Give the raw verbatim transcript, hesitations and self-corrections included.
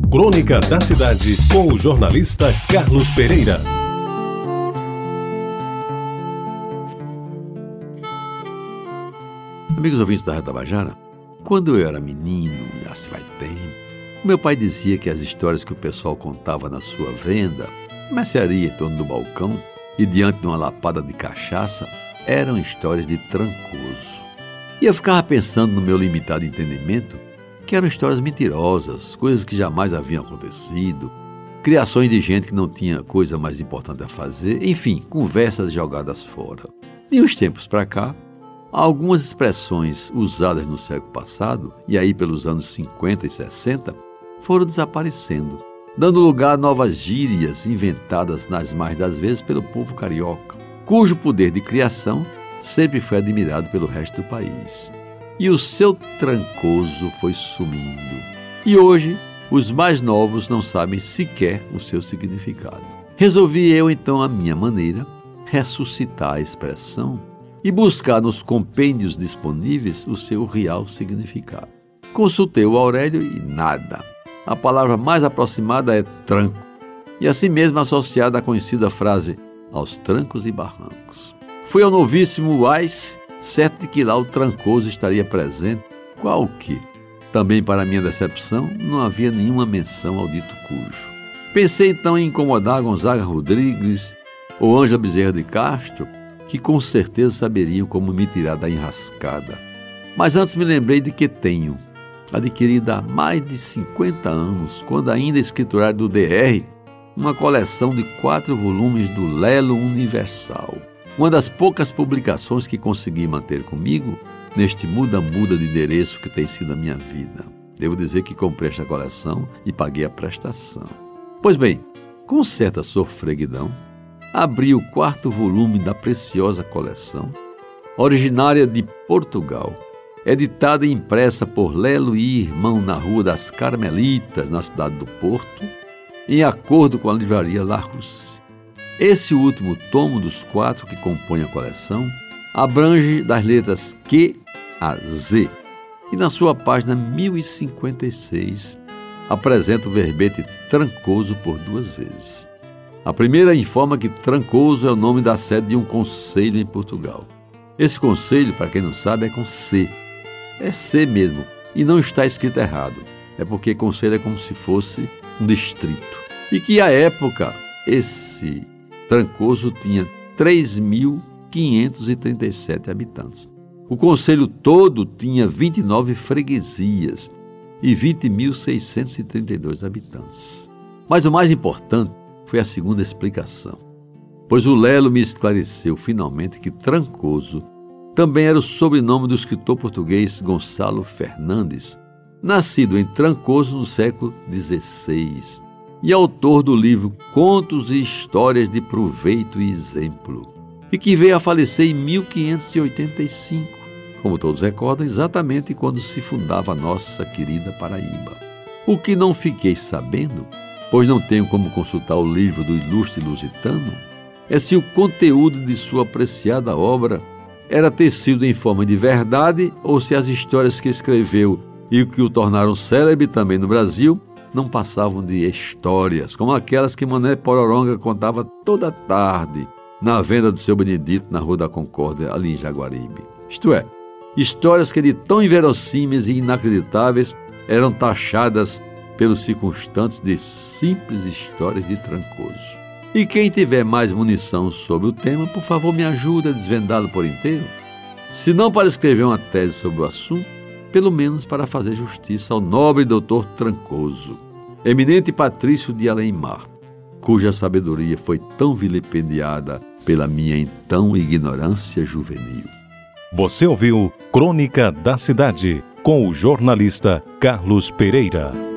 Crônica da Cidade, com o jornalista Carlos Pereira. Amigos ouvintes da Rádio Tabajara, quando eu era menino, já se vai tempo, meu pai dizia que as histórias que o pessoal contava na sua venda, mercearia em torno do balcão e diante de uma lapada de cachaça, eram histórias de Trancoso. E eu ficava pensando no meu limitado entendimento que eram histórias mentirosas, coisas que jamais haviam acontecido, criações de gente que não tinha coisa mais importante a fazer, enfim, conversas jogadas fora. De uns tempos para cá, algumas expressões usadas no século passado, e aí pelos anos cinquenta e sessenta, foram desaparecendo, dando lugar a novas gírias inventadas nas mais das vezes pelo povo carioca, cujo poder de criação sempre foi admirado pelo resto do país. E o seu Trancoso foi sumindo. E hoje, os mais novos não sabem sequer o seu significado. Resolvi eu, então, à minha maneira, ressuscitar a expressão e buscar nos compêndios disponíveis o seu real significado. Consultei o Aurélio e nada. A palavra mais aproximada é tranco, e assim mesmo associada à conhecida frase aos trancos e barrancos. Fui ao novíssimo Wise, certo de que lá o Trancoso estaria presente, qual que, também para minha decepção, não havia nenhuma menção ao dito cujo. Pensei então em incomodar Gonzaga Rodrigues ou Ângela Bezerra de Castro, que com certeza saberiam como me tirar da enrascada. Mas antes me lembrei de que tenho, adquirida há mais de cinquenta anos, quando ainda escriturário do D R, uma coleção de quatro volumes do Lelo Universal. Uma das poucas publicações que consegui manter comigo neste muda-muda de endereço que tem sido a minha vida. Devo dizer que comprei esta coleção e paguei a prestação. Pois bem, com certa sofreguidão, abri o quarto volume da preciosa coleção, originária de Portugal, editada e impressa por Lelo e Irmão na Rua das Carmelitas, na cidade do Porto, em acordo com a livraria Larousse. Esse último tomo dos quatro que compõem a coleção abrange das letras Q a Z e na sua página mil e cinquenta e seis apresenta o verbete Trancoso por duas vezes. A primeira informa que Trancoso é o nome da sede de um concelho em Portugal. Esse concelho, para quem não sabe, é com C. É C mesmo, e não está escrito errado. É porque concelho é como se fosse um distrito. E que, à época, esse Trancoso tinha três mil quinhentos e trinta e sete habitantes. O concelho todo tinha vinte e nove freguesias e vinte mil seiscentos e trinta e dois habitantes. Mas o mais importante foi a segunda explicação, pois o Lelo me esclareceu finalmente que Trancoso também era o sobrenome do escritor português Gonçalo Fernandes, nascido em Trancoso no século dezesseis e autor do livro Contos e Histórias de Proveito e Exemplo, e que veio a falecer em mil quinhentos e oitenta e cinco, como todos recordam, exatamente quando se fundava a nossa querida Paraíba. O que não fiquei sabendo, pois não tenho como consultar o livro do ilustre lusitano, é se o conteúdo de sua apreciada obra era tecido em forma de verdade ou se as histórias que escreveu e o que o tornaram célebre também no Brasil não passavam de histórias, como aquelas que Mané Pororonga contava toda tarde na venda do seu Benedito na Rua da Concórdia, ali em Jaguaribe. Isto é, histórias que de tão inverossímeis e inacreditáveis eram taxadas pelos circunstantes de simples histórias de Trancoso. E quem tiver mais munição sobre o tema, por favor me ajude a desvendá-lo por inteiro. Se não para escrever uma tese sobre o assunto, pelo menos para fazer justiça ao nobre doutor Trancoso, eminente patrício de Além-Mar, cuja sabedoria foi tão vilipendiada pela minha então ignorância juvenil. Você ouviu Crônica da Cidade, com o jornalista Carlos Pereira.